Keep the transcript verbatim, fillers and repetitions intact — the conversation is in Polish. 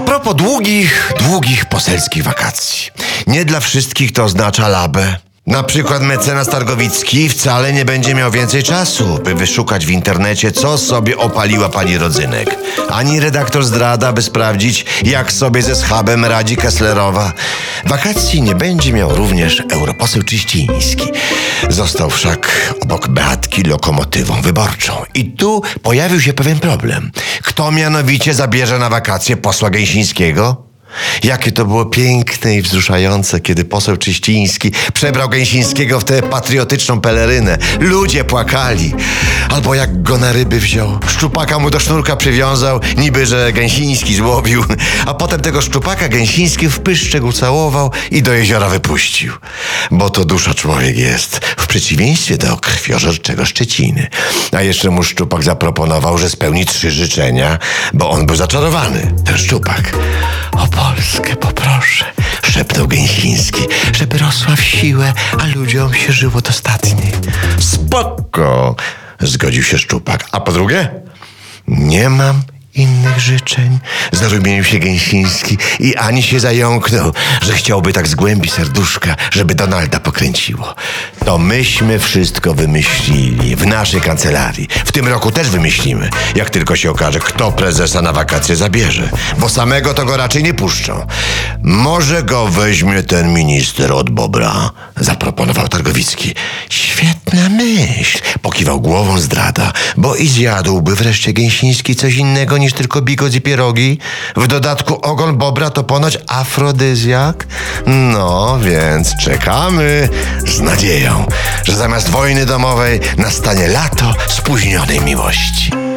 propos długich, długich poselskich wakacji. Nie dla wszystkich to oznacza labę. Na przykład mecenas Targowicki wcale nie będzie miał więcej czasu, by wyszukać w internecie, co sobie opaliła pani Rodzynek. Ani redaktor Zdrada, by sprawdzić, jak sobie ze schabem radzi Kesslerowa. Wakacji nie będzie miał również europoseł Czyściński. Został wszak obok Beatki lokomotywą wyborczą. I tu pojawił się pewien problem. Kto mianowicie zabierze na wakacje posła Gęsińskiego? Jakie to było piękne i wzruszające, kiedy poseł Czyściński przebrał Gęsińskiego w tę patriotyczną pelerynę. Ludzie płakali. Albo jak go na ryby wziął. Szczupaka mu do sznurka przywiązał, niby że Gęsiński złowił. A potem tego szczupaka Gęsiński w pyszczek ucałował i do jeziora wypuścił. Bo to dusza człowiek jest, w przeciwieństwie do krwiożerczego Szczeciny. A jeszcze mu szczupak zaproponował, że spełni trzy życzenia, bo on był zaczarowany, ten szczupak. O Polskę poproszę, szepnął Gęsiński, żeby rosła w siłę, a ludziom się żyło dostatniej. Spoko, zgodził się szczupak. A po drugie? Nie mam innych życzeń, zarumienił się Gęsiński i ani się zająknął, że chciałby tak z głębi serduszka, żeby Donalda pokręciło. To myśmy wszystko wymyślili w naszej kancelarii. W tym roku też wymyślimy, jak tylko się okaże, kto prezesa na wakacje zabierze, bo samego to go raczej nie puszczą. Może go weźmie ten minister od Bobra, zaproponował Targowicki. Świetna myśl, pokiwał głową Zdrada, bo i zjadłby wreszcie Gęsiński coś innego niż tylko bigos i pierogi. W dodatku ogon Bobra to ponoć afrodyzjak. No więc czekamy z nadzieją, że zamiast wojny domowej nastanie lato spóźnionej miłości.